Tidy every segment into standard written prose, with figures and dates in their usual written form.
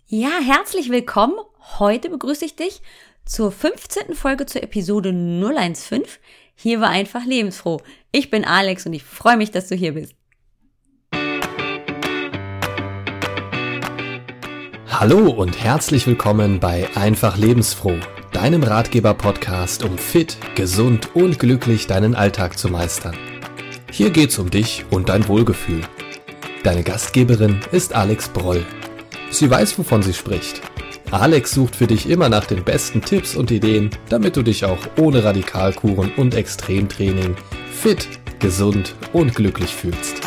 Ja, herzlich willkommen. Heute begrüße ich dich zur 15. Folge zur Episode 015. Hier war einfach lebensfroh. Ich bin Alex und ich freue mich, dass du hier bist. Hallo und herzlich willkommen bei Einfach lebensfroh, deinem Ratgeber-Podcast, um fit, gesund und glücklich deinen Alltag zu meistern. Hier geht's um dich und dein Wohlgefühl. Deine Gastgeberin ist Alex Broll. Sie weiß, wovon sie spricht. Alex sucht für dich immer nach den besten Tipps und Ideen, damit du dich auch ohne Radikalkuren und Extremtraining fit, gesund und glücklich fühlst.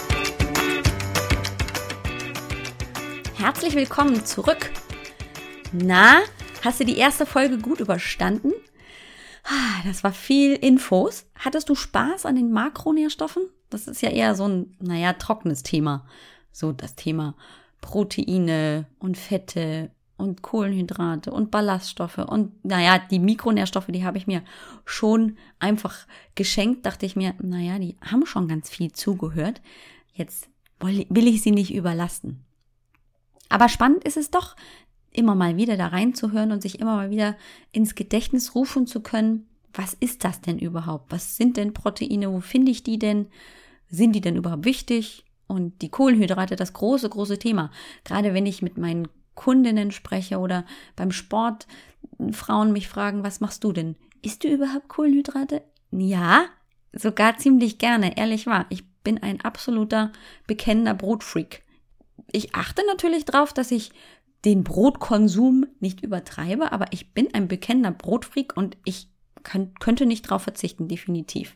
Herzlich willkommen zurück. Na, hast du die erste Folge gut überstanden? Das war viel Infos. Hattest du Spaß an den Makronährstoffen? Das ist ja eher so ein, trockenes Thema. So das Thema Proteine und Fette und Kohlenhydrate und Ballaststoffe und die Mikronährstoffe, die habe ich mir schon einfach geschenkt, dachte ich mir, die haben schon ganz viel zugehört. Jetzt will ich sie nicht überlasten. Aber spannend ist es doch, immer mal wieder da reinzuhören und sich immer mal wieder ins Gedächtnis rufen zu können, was ist das denn überhaupt? Was sind denn Proteine? Wo finde ich die denn? Sind die denn überhaupt wichtig? Und die Kohlenhydrate, das große, große Thema. Gerade wenn ich mit meinen Kundinnen spreche oder beim Sport Frauen mich fragen, was machst du denn? Isst du überhaupt Kohlenhydrate? Ja, sogar ziemlich gerne, ehrlich wahr. Ich bin ein absoluter bekennender Brotfreak. Ich achte natürlich drauf, dass ich den Brotkonsum nicht übertreibe, aber ich bin ein bekennender Brotfreak und ich könnte nicht drauf verzichten, definitiv.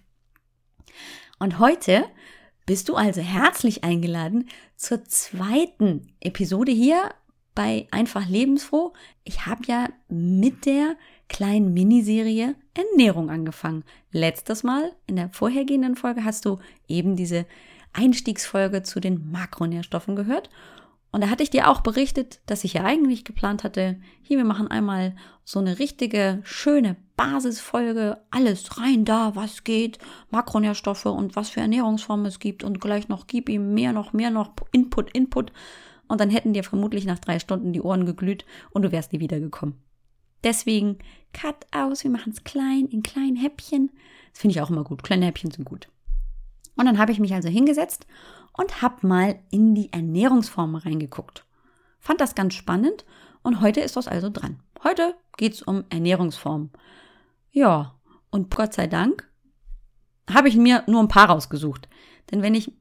Und heute bist du also herzlich eingeladen zur zweiten Episode hier bei Einfach lebensfroh. Ich habe ja mit der kleinen Miniserie Ernährung angefangen. Letztes Mal, in der vorhergehenden Folge, hast du eben diese Einstiegsfolge zu den Makronährstoffen gehört. Und da hatte ich dir auch berichtet, dass ich ja eigentlich geplant hatte, hier, wir machen einmal so eine richtige, schöne Basisfolge, alles rein da, was geht, Makronährstoffe und was für Ernährungsformen es gibt und gleich noch gib ihm mehr noch, Input. Und dann hätten dir vermutlich nach 3 Stunden die Ohren geglüht und du wärst nie wiedergekommen. Deswegen, cut aus, wir machen es klein, in kleinen Häppchen. Das finde ich auch immer gut, kleine Häppchen sind gut. Und dann habe ich mich also hingesetzt und habe mal in die Ernährungsformen reingeguckt. Fand das ganz spannend und heute ist das also dran. Heute geht's um Ernährungsformen. Ja, und Gott sei Dank habe ich mir nur ein paar rausgesucht. Denn wenn ich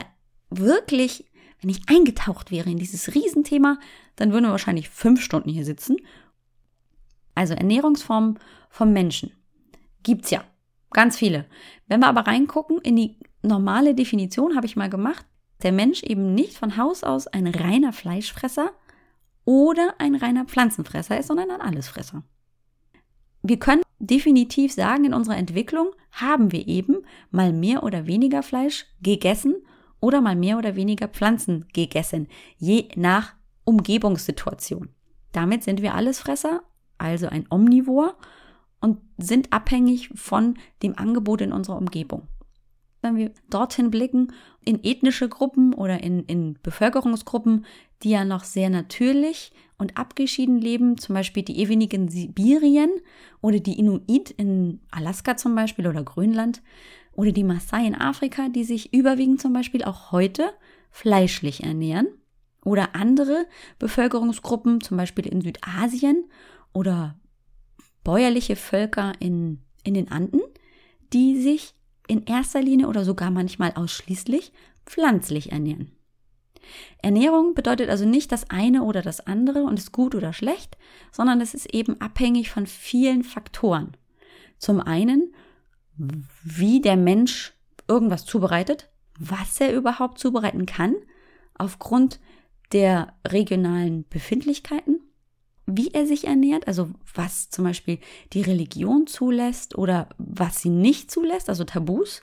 eingetaucht wäre in dieses Riesenthema, dann würden wir wahrscheinlich 5 Stunden hier sitzen. Also Ernährungsformen vom Menschen gibt's ja ganz viele. Wenn wir aber reingucken in die normale Definition, habe ich mal gemacht, der Mensch eben nicht von Haus aus ein reiner Fleischfresser oder ein reiner Pflanzenfresser ist, sondern ein Allesfresser. Wir können definitiv sagen, in unserer Entwicklung haben wir eben mal mehr oder weniger Fleisch gegessen oder mal mehr oder weniger Pflanzen gegessen, je nach Umgebungssituation. Damit sind wir Allesfresser, also ein Omnivor, und sind abhängig von dem Angebot in unserer Umgebung. Wenn wir dorthin blicken, in ethnische Gruppen oder in Bevölkerungsgruppen, die ja noch sehr natürlich und abgeschieden leben, zum Beispiel die Ewigen in Sibirien oder die Inuit in Alaska zum Beispiel oder Grönland oder die Maasai in Afrika, die sich überwiegend zum Beispiel auch heute fleischlich ernähren, oder andere Bevölkerungsgruppen, zum Beispiel in Südasien oder bäuerliche Völker in den Anden, die sich in erster Linie oder sogar manchmal ausschließlich pflanzlich ernähren. Ernährung bedeutet also nicht das eine oder das andere und ist gut oder schlecht, sondern es ist eben abhängig von vielen Faktoren. Zum einen, wie der Mensch irgendwas zubereitet, was er überhaupt zubereiten kann, aufgrund der regionalen Befindlichkeiten, wie er sich ernährt, also was zum Beispiel die Religion zulässt oder was sie nicht zulässt, also Tabus,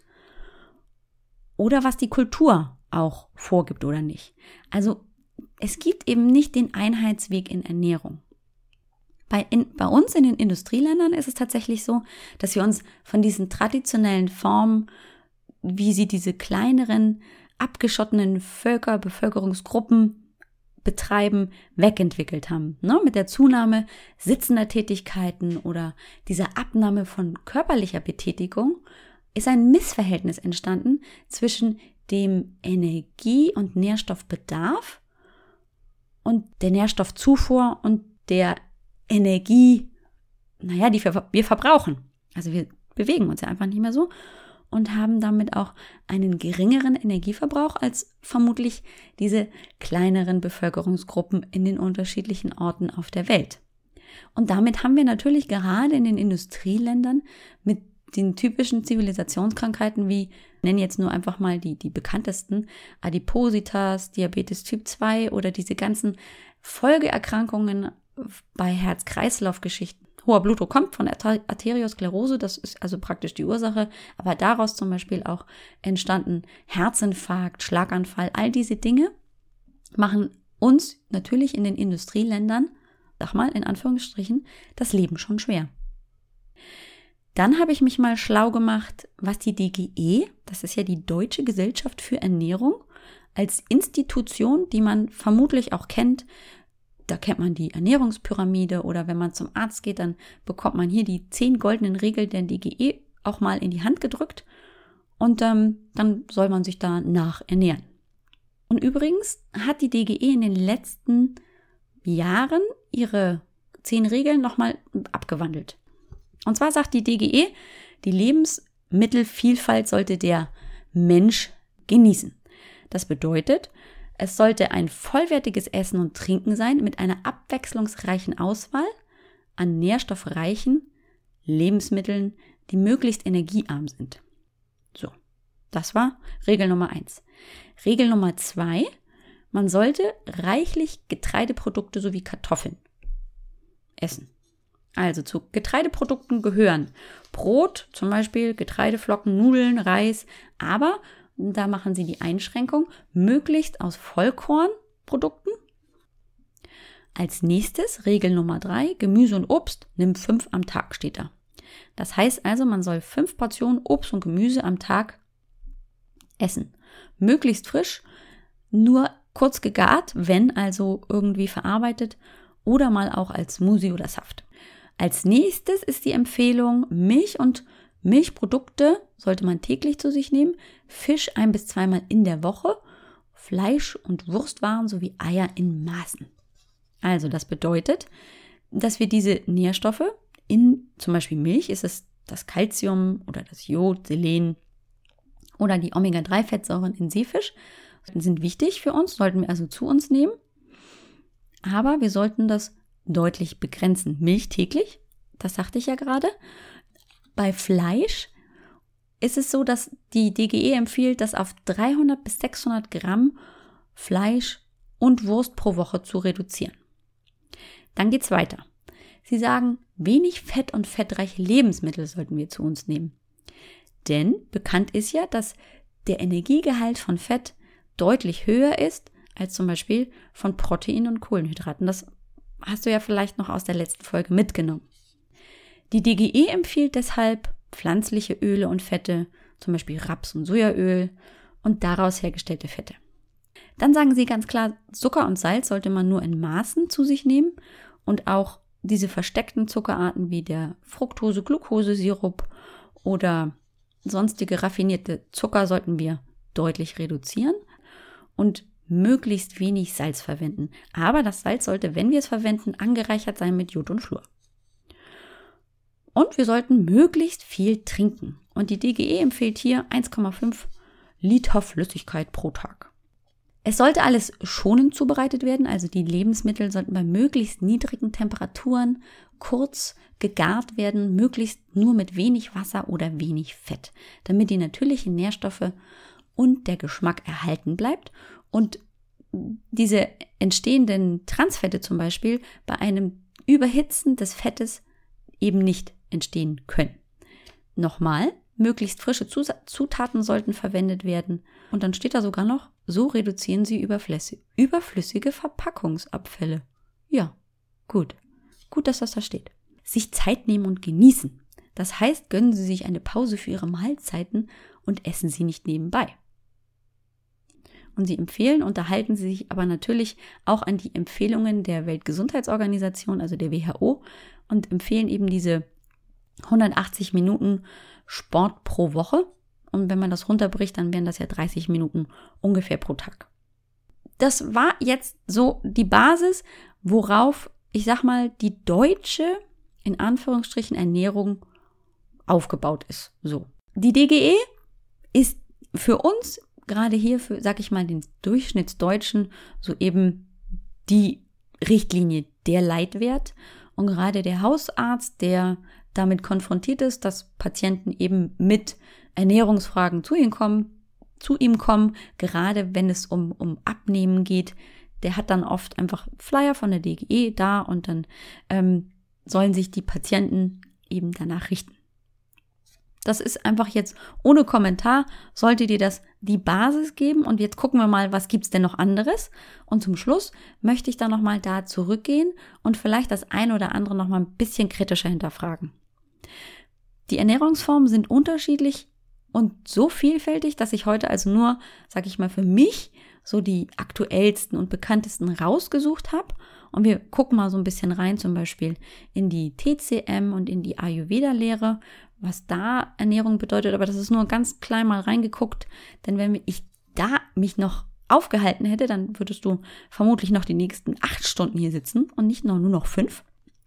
oder was die Kultur auch vorgibt oder nicht. Also es gibt eben nicht den Einheitsweg in Ernährung. Bei uns in den Industrieländern ist es tatsächlich so, dass wir uns von diesen traditionellen Formen, wie sie diese kleineren, abgeschotteten Bevölkerungsgruppen Betreiben wegentwickelt haben. Mit der Zunahme sitzender Tätigkeiten oder dieser Abnahme von körperlicher Betätigung ist ein Missverhältnis entstanden zwischen dem Energie- und Nährstoffbedarf und der Nährstoffzufuhr und der Energie, die wir verbrauchen. Also wir bewegen uns ja einfach nicht mehr so und haben damit auch einen geringeren Energieverbrauch als vermutlich diese kleineren Bevölkerungsgruppen in den unterschiedlichen Orten auf der Welt. Und damit haben wir natürlich gerade in den Industrieländern mit den typischen Zivilisationskrankheiten wie, nenne jetzt nur einfach mal die bekanntesten, Adipositas, Diabetes Typ 2 oder diese ganzen Folgeerkrankungen bei Herz-Kreislauf-Geschichten. Hoher Blutdruck kommt von Arteriosklerose, das ist also praktisch die Ursache, aber daraus zum Beispiel auch entstanden Herzinfarkt, Schlaganfall, all diese Dinge machen uns natürlich in den Industrieländern, sag mal in Anführungsstrichen, das Leben schon schwer. Dann habe ich mich mal schlau gemacht, was die DGE, das ist ja die Deutsche Gesellschaft für Ernährung, als Institution, die man vermutlich auch kennt. Da kennt man die Ernährungspyramide oder wenn man zum Arzt geht, dann bekommt man hier die 10 goldenen Regeln der DGE auch mal in die Hand gedrückt und dann soll man sich danach ernähren. Und übrigens hat die DGE in den letzten Jahren ihre 10 Regeln nochmal abgewandelt. Und zwar sagt die DGE, die Lebensmittelvielfalt sollte der Mensch genießen. Das bedeutet, es sollte ein vollwertiges Essen und Trinken sein mit einer abwechslungsreichen Auswahl an nährstoffreichen Lebensmitteln, die möglichst energiearm sind. So, das war Regel Nummer 1. Regel Nummer 2, man sollte reichlich Getreideprodukte sowie Kartoffeln essen. Also zu Getreideprodukten gehören Brot, zum Beispiel Getreideflocken, Nudeln, Reis, aber da machen sie die Einschränkung, möglichst aus Vollkornprodukten. Als nächstes, Regel Nummer 3, Gemüse und Obst, nimm 5 am Tag, steht da. Das heißt also, man soll 5 Portionen Obst und Gemüse am Tag essen. Möglichst frisch, nur kurz gegart, wenn also irgendwie verarbeitet oder mal auch als Smoothie oder Saft. Als nächstes ist die Empfehlung, Milch und Milchprodukte sollte man täglich zu sich nehmen, Fisch 1- bis 2-mal in der Woche, Fleisch- und Wurstwaren sowie Eier in Maßen. Also das bedeutet, dass wir diese Nährstoffe in zum Beispiel Milch, ist es das Calcium oder das Jod, Selen oder die Omega-3-Fettsäuren in Seefisch, sind wichtig für uns, sollten wir also zu uns nehmen. Aber wir sollten das deutlich begrenzen. Milch täglich, das sagte ich ja gerade. Bei Fleisch ist es so, dass die DGE empfiehlt, das auf 300 bis 600 Gramm Fleisch und Wurst pro Woche zu reduzieren. Dann geht's weiter. Sie sagen, wenig Fett und fettreiche Lebensmittel sollten wir zu uns nehmen. Denn bekannt ist ja, dass der Energiegehalt von Fett deutlich höher ist als zum Beispiel von Protein und Kohlenhydraten. Das hast du ja vielleicht noch aus der letzten Folge mitgenommen. Die DGE empfiehlt deshalb pflanzliche Öle und Fette, zum Beispiel Raps- und Sojaöl und daraus hergestellte Fette. Dann sagen sie ganz klar, Zucker und Salz sollte man nur in Maßen zu sich nehmen und auch diese versteckten Zuckerarten wie der Fructose-Glucose-Sirup oder sonstige raffinierte Zucker sollten wir deutlich reduzieren und möglichst wenig Salz verwenden. Aber das Salz sollte, wenn wir es verwenden, angereichert sein mit Jod und Fluor. Und wir sollten möglichst viel trinken. Und die DGE empfiehlt hier 1,5 Liter Flüssigkeit pro Tag. Es sollte alles schonend zubereitet werden, also die Lebensmittel sollten bei möglichst niedrigen Temperaturen kurz gegart werden, möglichst nur mit wenig Wasser oder wenig Fett, damit die natürlichen Nährstoffe und der Geschmack erhalten bleibt und diese entstehenden Transfette zum Beispiel bei einem Überhitzen des Fettes eben nicht entstehen können. Nochmal, möglichst frische Zutaten sollten verwendet werden und dann steht da sogar noch, so reduzieren sie überflüssige Verpackungsabfälle. Ja, gut, dass das da steht. Sich Zeit nehmen und genießen. Das heißt, gönnen Sie sich eine Pause für Ihre Mahlzeiten und essen Sie nicht nebenbei. und sie empfehlen, unterhalten sie sich aber natürlich auch an die Empfehlungen der Weltgesundheitsorganisation, also der WHO, und empfehlen eben diese 180 Minuten Sport pro Woche. Und wenn man das runterbricht, dann wären das ja 30 Minuten ungefähr pro Tag. Das war jetzt so die Basis, worauf, ich sag mal, die deutsche, in Anführungsstrichen, Ernährung aufgebaut ist. So. Die DGE ist für uns, gerade hier für, sag ich mal, den Durchschnittsdeutschen, so eben die Richtlinie, der Leitwert. Und gerade der Hausarzt, der damit konfrontiert ist, dass Patienten eben mit Ernährungsfragen zu ihm kommen, gerade wenn es um Abnehmen geht, der hat dann oft einfach Flyer von der DGE da und dann sollen sich die Patienten eben danach richten. Das ist einfach jetzt ohne Kommentar, sollte dir das die Basis geben und jetzt gucken wir mal, was gibt's denn noch anderes? Und zum Schluss möchte ich dann nochmal da zurückgehen und vielleicht das eine oder andere nochmal ein bisschen kritischer hinterfragen. Die Ernährungsformen sind unterschiedlich und so vielfältig, dass ich heute also nur, sag ich mal, für mich so die aktuellsten und bekanntesten rausgesucht habe. Und wir gucken mal so ein bisschen rein, zum Beispiel in die TCM und in die Ayurveda-Lehre, was da Ernährung bedeutet. Aber das ist nur ganz klein mal reingeguckt, denn wenn ich da mich noch aufgehalten hätte, dann würdest du vermutlich noch die nächsten 8 Stunden hier sitzen und nicht nur noch 5.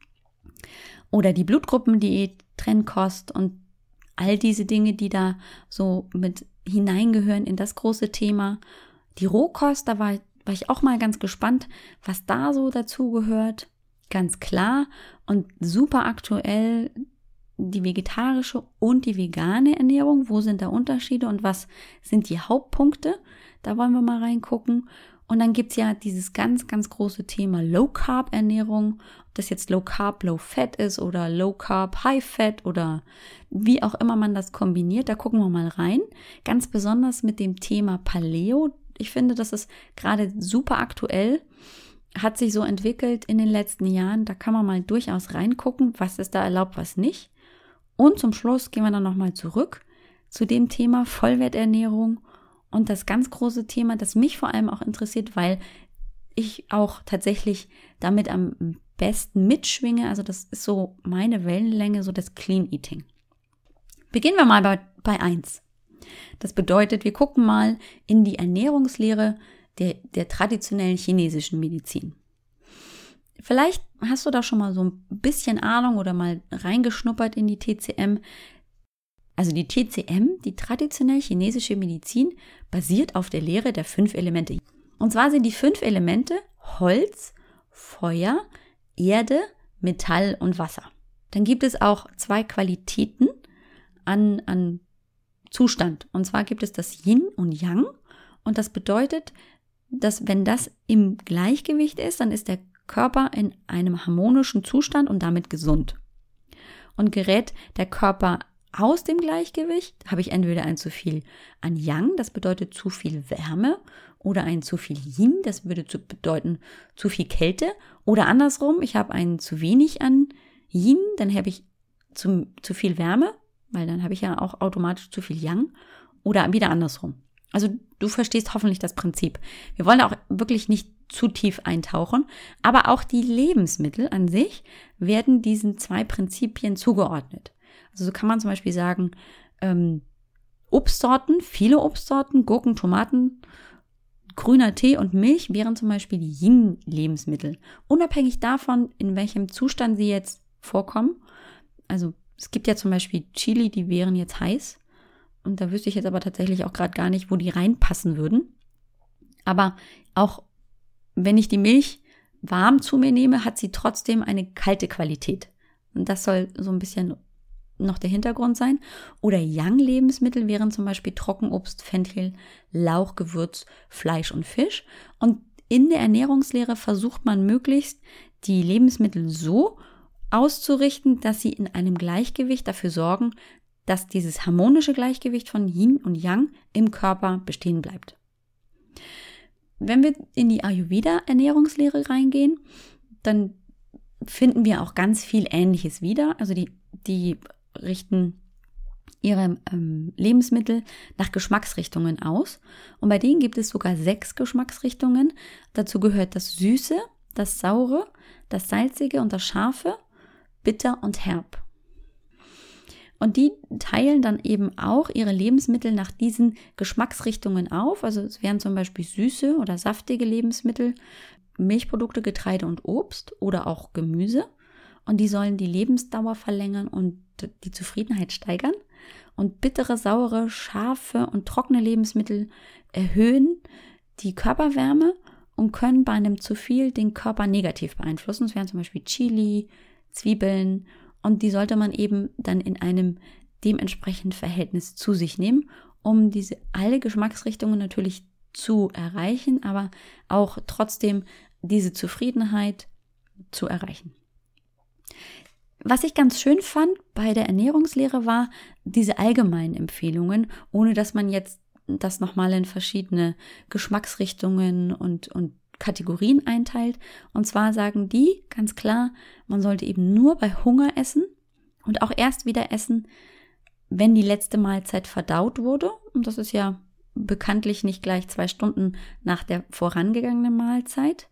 Oder die Blutgruppendiät, Trennkost und all diese Dinge, die da so mit hineingehören in das große Thema. Die Rohkost, da war ich auch mal ganz gespannt, was da so dazu gehört. Ganz klar und super aktuell die vegetarische und die vegane Ernährung. Wo sind da Unterschiede und was sind die Hauptpunkte? Da wollen wir mal reingucken. Und dann gibt's ja dieses ganz, ganz große Thema Low-Carb-Ernährung. Ob das jetzt Low-Carb, Low-Fat ist oder Low-Carb, High-Fat oder wie auch immer man das kombiniert. Da gucken wir mal rein. Ganz besonders mit dem Thema Paleo. Ich finde, das ist gerade super aktuell. Hat sich so entwickelt in den letzten Jahren. Da kann man mal durchaus reingucken, was ist da erlaubt, was nicht. Und zum Schluss gehen wir dann nochmal zurück zu dem Thema Vollwerternährung und das ganz große Thema, das mich vor allem auch interessiert, weil ich auch tatsächlich damit am besten mitschwinge. Also das ist so meine Wellenlänge, so das Clean Eating. Beginnen wir mal bei 1. Das bedeutet, wir gucken mal in die Ernährungslehre der traditionellen chinesischen Medizin. Vielleicht hast du da schon mal so ein bisschen Ahnung oder mal reingeschnuppert in die TCM. Also die TCM, die traditionell chinesische Medizin, basiert auf der Lehre der 5 Elemente. Und zwar sind die 5 Elemente Holz, Feuer, Erde, Metall und Wasser. Dann gibt es auch 2 Qualitäten an Zustand. Und zwar gibt es das Yin und Yang. Und das bedeutet, dass wenn das im Gleichgewicht ist, dann ist der Körper in einem harmonischen Zustand und damit gesund. Und gerät der Körper aus dem Gleichgewicht, habe ich entweder ein zu viel an Yang, das bedeutet zu viel Wärme, oder ein zu viel Yin, das würde bedeuten zu viel Kälte, oder andersrum, ich habe einen zu wenig an Yin, dann habe ich zu viel Wärme, weil dann habe ich ja auch automatisch zu viel Yang, oder wieder andersrum. Also du verstehst hoffentlich das Prinzip. Wir wollen auch wirklich nicht zu tief eintauchen, aber auch die Lebensmittel an sich werden diesen 2 Prinzipien zugeordnet. Also so kann man zum Beispiel sagen, Obstsorten, viele Obstsorten, Gurken, Tomaten, grüner Tee und Milch wären zum Beispiel die Yin-Lebensmittel. Unabhängig davon, in welchem Zustand sie jetzt vorkommen. Also es gibt ja zum Beispiel Chili, die wären jetzt heiß. Und da wüsste ich jetzt aber tatsächlich auch gerade gar nicht, wo die reinpassen würden. Aber auch wenn ich die Milch warm zu mir nehme, hat sie trotzdem eine kalte Qualität. Und das soll so ein bisschen noch der Hintergrund sein. Oder Yang-Lebensmittel wären zum Beispiel Trockenobst, Fenchel, Lauch, Gewürz, Fleisch und Fisch. Und in der Ernährungslehre versucht man möglichst, die Lebensmittel so auszurichten, dass sie in einem Gleichgewicht dafür sorgen, dass dieses harmonische Gleichgewicht von Yin und Yang im Körper bestehen bleibt. Wenn wir in die Ayurveda-Ernährungslehre reingehen, dann finden wir auch ganz viel Ähnliches wieder. Also die richten ihre Lebensmittel nach Geschmacksrichtungen aus. Und bei denen gibt es sogar 6 Geschmacksrichtungen. Dazu gehört das Süße, das Saure, das Salzige und das Scharfe, Bitter und Herb. Und die teilen dann eben auch ihre Lebensmittel nach diesen Geschmacksrichtungen auf. Also es wären zum Beispiel süße oder saftige Lebensmittel, Milchprodukte, Getreide und Obst oder auch Gemüse. Und die sollen die Lebensdauer verlängern und die Zufriedenheit steigern. Und bittere, saure, scharfe und trockene Lebensmittel erhöhen die Körperwärme und können bei einem zu viel den Körper negativ beeinflussen. Das wären zum Beispiel Chili, Zwiebeln, und die sollte man eben dann in einem dementsprechenden Verhältnis zu sich nehmen, um diese alle Geschmacksrichtungen natürlich zu erreichen, aber auch trotzdem diese Zufriedenheit zu erreichen. Was ich ganz schön fand bei der Ernährungslehre war diese allgemeinen Empfehlungen, ohne dass man jetzt das nochmal in verschiedene Geschmacksrichtungen und Kategorien einteilt. Und zwar sagen die ganz klar, man sollte eben nur bei Hunger essen und auch erst wieder essen, wenn die letzte Mahlzeit verdaut wurde. Und das ist ja bekanntlich nicht gleich 2 Stunden nach der vorangegangenen Mahlzeit.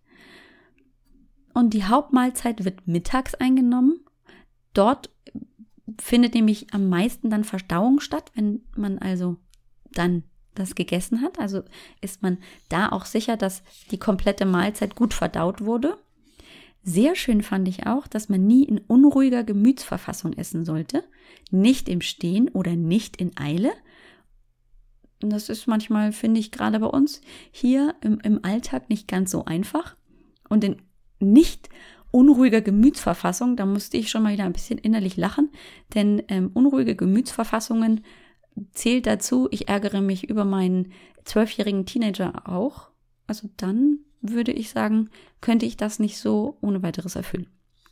Und die Hauptmahlzeit wird mittags eingenommen. Dort findet nämlich am meisten dann Verdauung statt, wenn man also dann das gegessen hat. Also ist man da auch sicher, dass die komplette Mahlzeit gut verdaut wurde. Sehr schön fand ich auch, dass man nie in unruhiger Gemütsverfassung essen sollte, nicht im Stehen oder nicht in Eile. Und das ist manchmal, finde ich, gerade bei uns hier im Alltag nicht ganz so einfach. Und in nicht unruhiger Gemütsverfassung, da musste ich schon mal wieder ein bisschen innerlich lachen, denn unruhige Gemütsverfassungen zählt dazu, ich ärgere mich über meinen 12-jährigen Teenager auch. Also dann würde ich sagen, könnte ich das nicht so ohne weiteres erfüllen.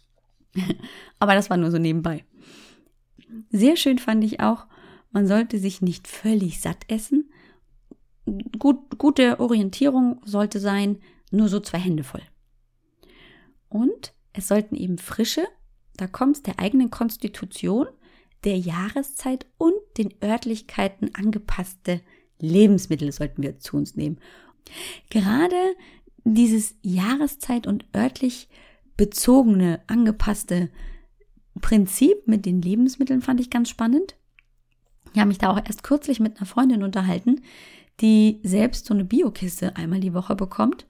Aber das war nur so nebenbei. Sehr schön fand ich auch, man sollte sich nicht völlig satt essen. Gute Orientierung sollte sein, nur so 2 Hände voll. Und es sollten eben frische, da kommt es der eigenen Konstitution, der Jahreszeit und den Örtlichkeiten angepasste Lebensmittel sollten wir zu uns nehmen. Gerade dieses Jahreszeit und örtlich bezogene, angepasste Prinzip mit den Lebensmitteln fand ich ganz spannend. Ich habe mich da auch erst kürzlich mit einer Freundin unterhalten, die selbst so eine Biokiste einmal die Woche bekommt.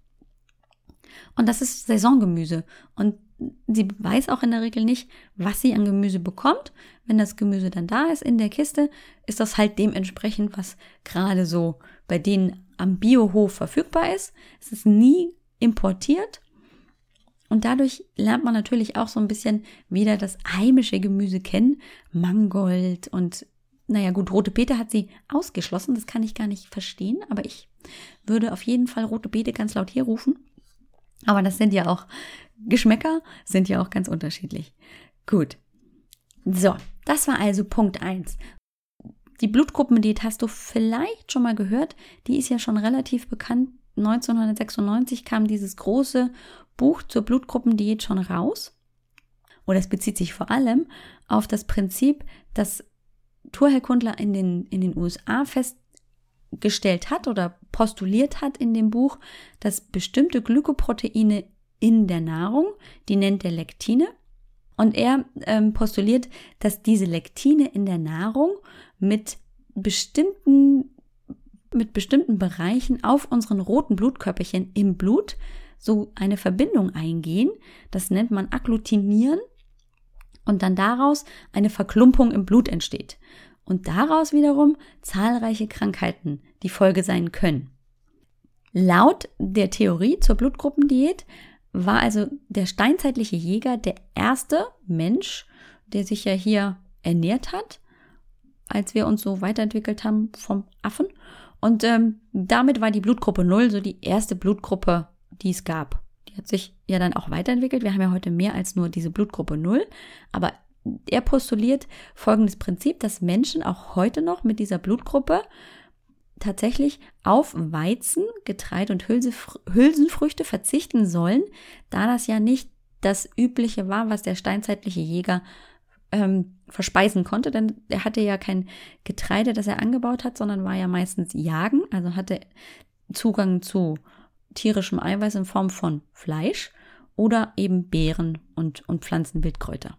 Und das ist Saisongemüse. Und sie weiß auch in der Regel nicht, was sie an Gemüse bekommt. Wenn das Gemüse dann da ist in der Kiste, ist das halt dementsprechend, was gerade so bei denen am Biohof verfügbar ist. Es ist nie importiert. Und dadurch lernt man natürlich auch so ein bisschen wieder das heimische Gemüse kennen. Mangold und, naja gut, rote Beete hat sie ausgeschlossen. Das kann ich gar nicht verstehen. Aber ich würde auf jeden Fall rote Beete ganz laut hier rufen. Aber das sind ja auch Geschmäcker, sind ja auch ganz unterschiedlich. Gut. So, das war also Punkt 1. Die Blutgruppendiät hast du vielleicht schon mal gehört. Die ist ja schon relativ bekannt. 1996 kam dieses große Buch zur Blutgruppendiät schon raus. Oder es bezieht sich vor allem auf das Prinzip, das Naturheilkundler in den USA festgestellt hat oder postuliert hat in dem Buch, dass bestimmte Glykoproteine in der Nahrung, die nennt er Lektine, und er postuliert, dass diese Lektine in der Nahrung mit bestimmten Bereichen auf unseren roten Blutkörperchen im Blut so eine Verbindung eingehen. Das nennt man Agglutinieren und dann daraus eine Verklumpung im Blut entsteht. Und daraus wiederum zahlreiche Krankheiten die Folge sein können. Laut der Theorie zur Blutgruppendiät war also der steinzeitliche Jäger der erste Mensch, der sich ja hier ernährt hat, als wir uns so weiterentwickelt haben vom Affen. Und damit war die Blutgruppe 0 so die erste Blutgruppe, die es gab. Die hat sich ja dann auch weiterentwickelt. Wir haben ja heute mehr als nur diese Blutgruppe 0. Aber er postuliert folgendes Prinzip, dass Menschen auch heute noch mit dieser Blutgruppe tatsächlich auf Weizen, Getreide und Hülsenfrüchte verzichten sollen, da das ja nicht das Übliche war, was der steinzeitliche Jäger verspeisen konnte, denn er hatte ja kein Getreide, das er angebaut hat, sondern war ja meistens Jagen, also hatte Zugang zu tierischem Eiweiß in Form von Fleisch oder eben Beeren und Pflanzenwildkräuter.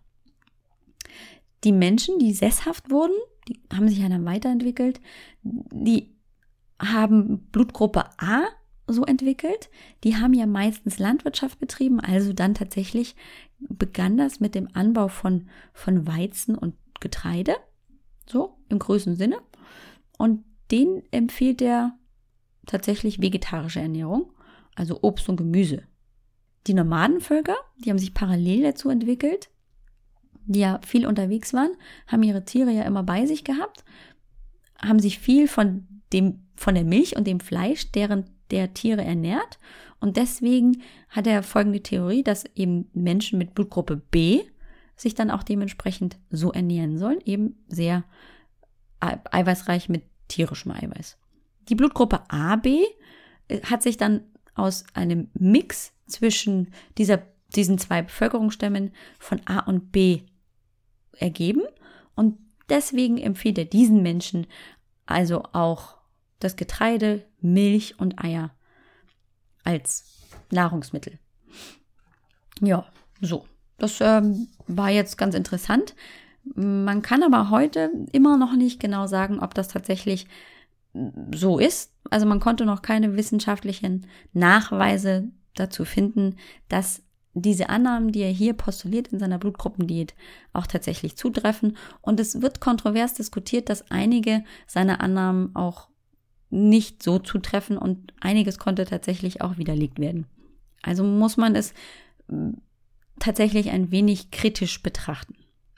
Die Menschen, die sesshaft wurden, die haben sich ja dann weiterentwickelt, die haben Blutgruppe A so entwickelt, die haben ja meistens Landwirtschaft betrieben, also dann tatsächlich begann das mit dem Anbau von Weizen und Getreide, so im größten Sinne, und denen empfiehlt er tatsächlich vegetarische Ernährung, also Obst und Gemüse. Die Nomadenvölker, die haben sich parallel dazu entwickelt, die ja viel unterwegs waren, haben ihre Tiere ja immer bei sich gehabt, haben sich viel von der Milch und dem Fleisch der Tiere ernährt, und deswegen hat er folgende Theorie, dass eben Menschen mit Blutgruppe B sich dann auch dementsprechend so ernähren sollen, eben sehr eiweißreich mit tierischem Eiweiß. Die Blutgruppe AB hat sich dann aus einem Mix zwischen diesen zwei Bevölkerungsstämmen von A und B ergeben, und deswegen empfiehlt er diesen Menschen also auch das Getreide, Milch und Eier als Nahrungsmittel. Ja, so. Das war jetzt ganz interessant. Man kann aber heute immer noch nicht genau sagen, ob das tatsächlich so ist. Also man konnte noch keine wissenschaftlichen Nachweise dazu finden, dass diese Annahmen, die er hier postuliert in seiner Blutgruppendiät, auch tatsächlich zutreffen. Und es wird kontrovers diskutiert, dass einige seiner Annahmen auch nicht so zutreffen und einiges konnte tatsächlich auch widerlegt werden. Also muss man es tatsächlich ein wenig kritisch betrachten.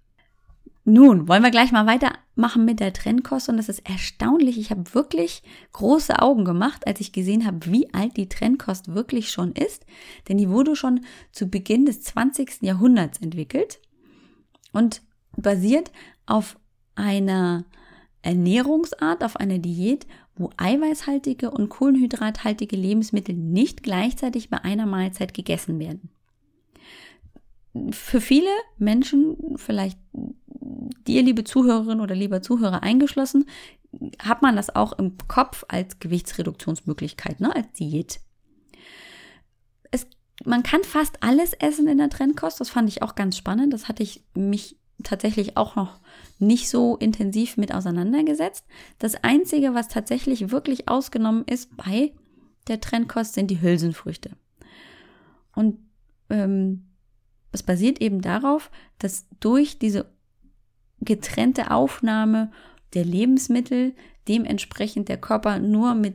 Nun wollen wir gleich mal weitermachen mit der Trennkost, und das ist erstaunlich. Ich habe wirklich große Augen gemacht, als ich gesehen habe, wie alt die Trennkost wirklich schon ist, denn die wurde schon zu Beginn des 20. Jahrhunderts entwickelt und basiert auf einer Ernährungsart, auf einer Diät, wo eiweißhaltige und kohlenhydrathaltige Lebensmittel nicht gleichzeitig bei einer Mahlzeit gegessen werden. Für viele Menschen, vielleicht dir, liebe Zuhörerin oder lieber Zuhörer eingeschlossen, hat man das auch im Kopf als Gewichtsreduktionsmöglichkeit, als Diät. Man kann fast alles essen in der Trennkost, das fand ich auch ganz spannend, das hatte ich mich tatsächlich auch noch nicht so intensiv mit auseinandergesetzt. Das Einzige, was tatsächlich wirklich ausgenommen ist bei der Trennkost, sind die Hülsenfrüchte. Und es basiert eben darauf, dass durch diese getrennte Aufnahme der Lebensmittel dementsprechend der Körper nur mit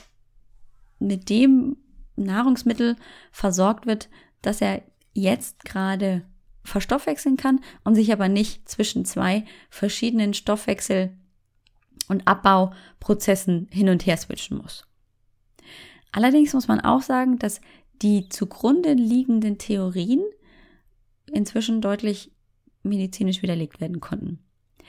dem Nahrungsmittel versorgt wird, das er jetzt gerade verstoffwechseln kann und sich aber nicht zwischen zwei verschiedenen Stoffwechsel- und Abbauprozessen hin und her switchen muss. Allerdings muss man auch sagen, dass die zugrunde liegenden Theorien inzwischen deutlich medizinisch widerlegt werden konnten.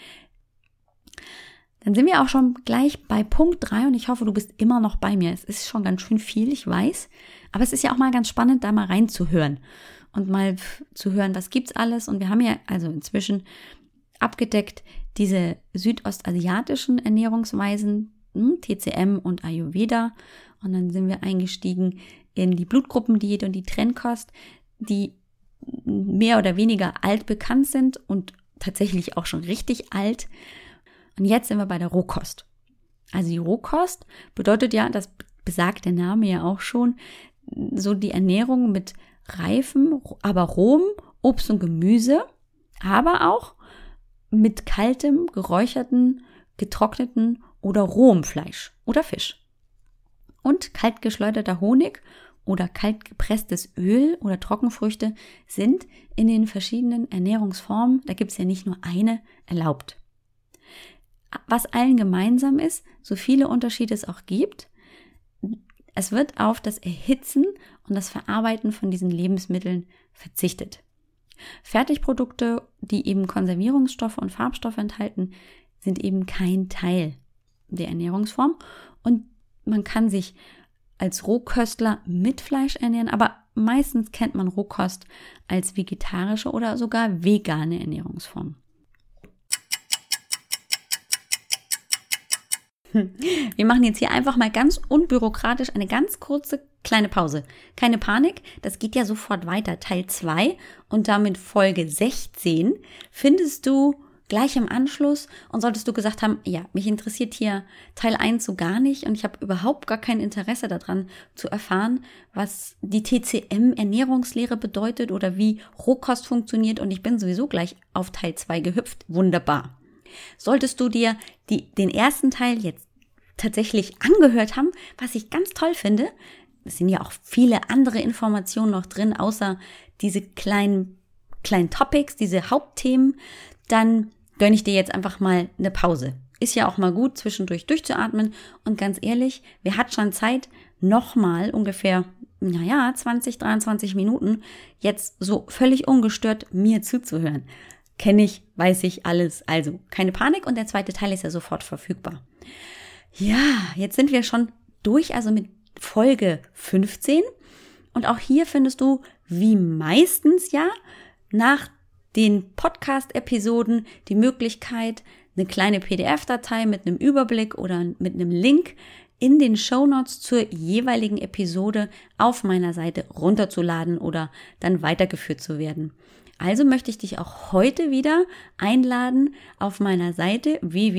Dann sind wir auch schon gleich bei Punkt 3 und ich hoffe, du bist immer noch bei mir. Es ist schon ganz schön viel, ich weiß, aber es ist ja auch mal ganz spannend, da mal reinzuhören und mal zu hören, was gibt's alles. Und wir haben ja also inzwischen abgedeckt diese südostasiatischen Ernährungsweisen, TCM und Ayurveda, und dann sind wir eingestiegen in die Blutgruppendiät und die Trennkost, die mehr oder weniger alt bekannt sind und tatsächlich auch schon richtig alt. Und jetzt sind wir bei der Rohkost. Also die Rohkost bedeutet ja, das besagt der Name ja auch schon, so die Ernährung mit reifem, aber rohem Obst und Gemüse, aber auch mit kaltem, geräucherten, getrockneten oder rohem Fleisch oder Fisch. Und kalt geschleuderter Honig oder kalt gepresstes Öl oder Trockenfrüchte sind in den verschiedenen Ernährungsformen, da gibt es ja nicht nur eine, erlaubt. Was allen gemeinsam ist, so viele Unterschiede es auch gibt, es wird auf das Erhitzen und das Verarbeiten von diesen Lebensmitteln verzichtet. Fertigprodukte, die eben Konservierungsstoffe und Farbstoffe enthalten, sind eben kein Teil der Ernährungsform und man kann sich als Rohköstler mit Fleisch ernähren, aber meistens kennt man Rohkost als vegetarische oder sogar vegane Ernährungsform. Wir machen jetzt hier einfach mal ganz unbürokratisch eine ganz kurze kleine Pause. Keine Panik, das geht ja sofort weiter. Teil 2 und damit Folge 16 findest du gleich im Anschluss. Und solltest du gesagt haben, ja, mich interessiert hier Teil 1 so gar nicht und ich habe überhaupt gar kein Interesse daran zu erfahren, was die TCM-Ernährungslehre bedeutet oder wie Rohkost funktioniert und ich bin sowieso gleich auf Teil 2 gehüpft. Wunderbar. Solltest du dir den ersten Teil jetzt tatsächlich angehört haben, was ich ganz toll finde, es sind ja auch viele andere Informationen noch drin, außer diese kleinen Topics, diese Hauptthemen, dann gönne ich dir jetzt einfach mal eine Pause. Ist ja auch mal gut, zwischendurch durchzuatmen und ganz ehrlich, wer hat schon Zeit, nochmal ungefähr 20, 23 Minuten jetzt so völlig ungestört mir zuzuhören. Kenne ich, weiß ich alles. Also keine Panik und der zweite Teil ist ja sofort verfügbar. Ja, jetzt sind wir schon durch, also mit Folge 15. Und auch hier findest du, wie meistens ja, nach den Podcast-Episoden die Möglichkeit, eine kleine PDF-Datei mit einem Überblick oder mit einem Link in den Shownotes zur jeweiligen Episode auf meiner Seite runterzuladen oder dann weitergeführt zu werden. Also möchte ich dich auch heute wieder einladen, auf meiner Seite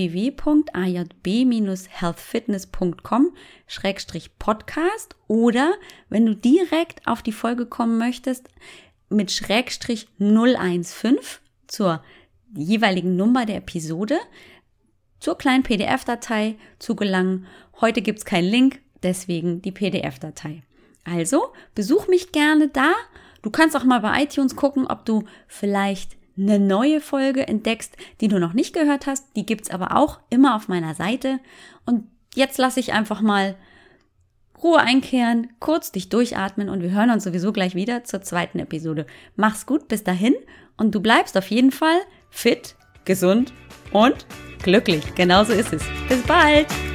www.ajb-healthfitness.com/podcast oder wenn du direkt auf die Folge kommen möchtest, mit /015 zur jeweiligen Nummer der Episode zur kleinen PDF-Datei zu gelangen. Heute gibt's keinen Link, deswegen die PDF-Datei. Also besuch mich gerne da. Du kannst auch mal bei iTunes gucken, ob du vielleicht eine neue Folge entdeckst, die du noch nicht gehört hast. Die gibt's aber auch immer auf meiner Seite. Und jetzt lasse ich einfach mal Ruhe einkehren, kurz dich durchatmen und wir hören uns sowieso gleich wieder zur zweiten Episode. Mach's gut, bis dahin und du bleibst auf jeden Fall fit, gesund und glücklich. Genauso ist es. Bis bald!